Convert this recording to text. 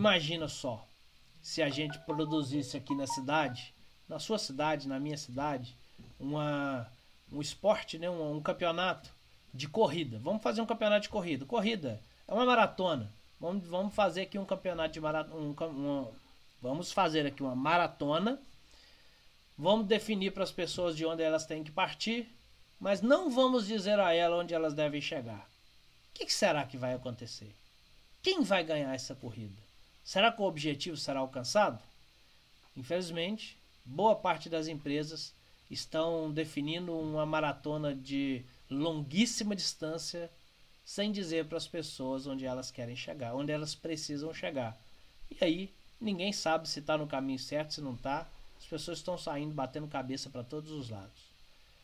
Imagina só, se a gente produzisse aqui na cidade, na sua cidade, na minha cidade, um esporte, né? Um campeonato de corrida. Vamos fazer um campeonato de corrida. Corrida é uma maratona. Vamos fazer aqui um campeonato de maratona. Vamos fazer aqui uma maratona. Vamos definir para as pessoas de onde elas têm que partir, mas não vamos dizer a elas onde elas devem chegar. O que será que vai acontecer? Quem vai ganhar essa corrida? Será que o objetivo será alcançado? Infelizmente, boa parte das empresas estão definindo uma maratona de longuíssima distância sem dizer para as pessoas onde elas querem chegar, onde elas precisam chegar. E aí, ninguém sabe se está no caminho certo, se não está. As pessoas estão saindo, batendo cabeça para todos os lados.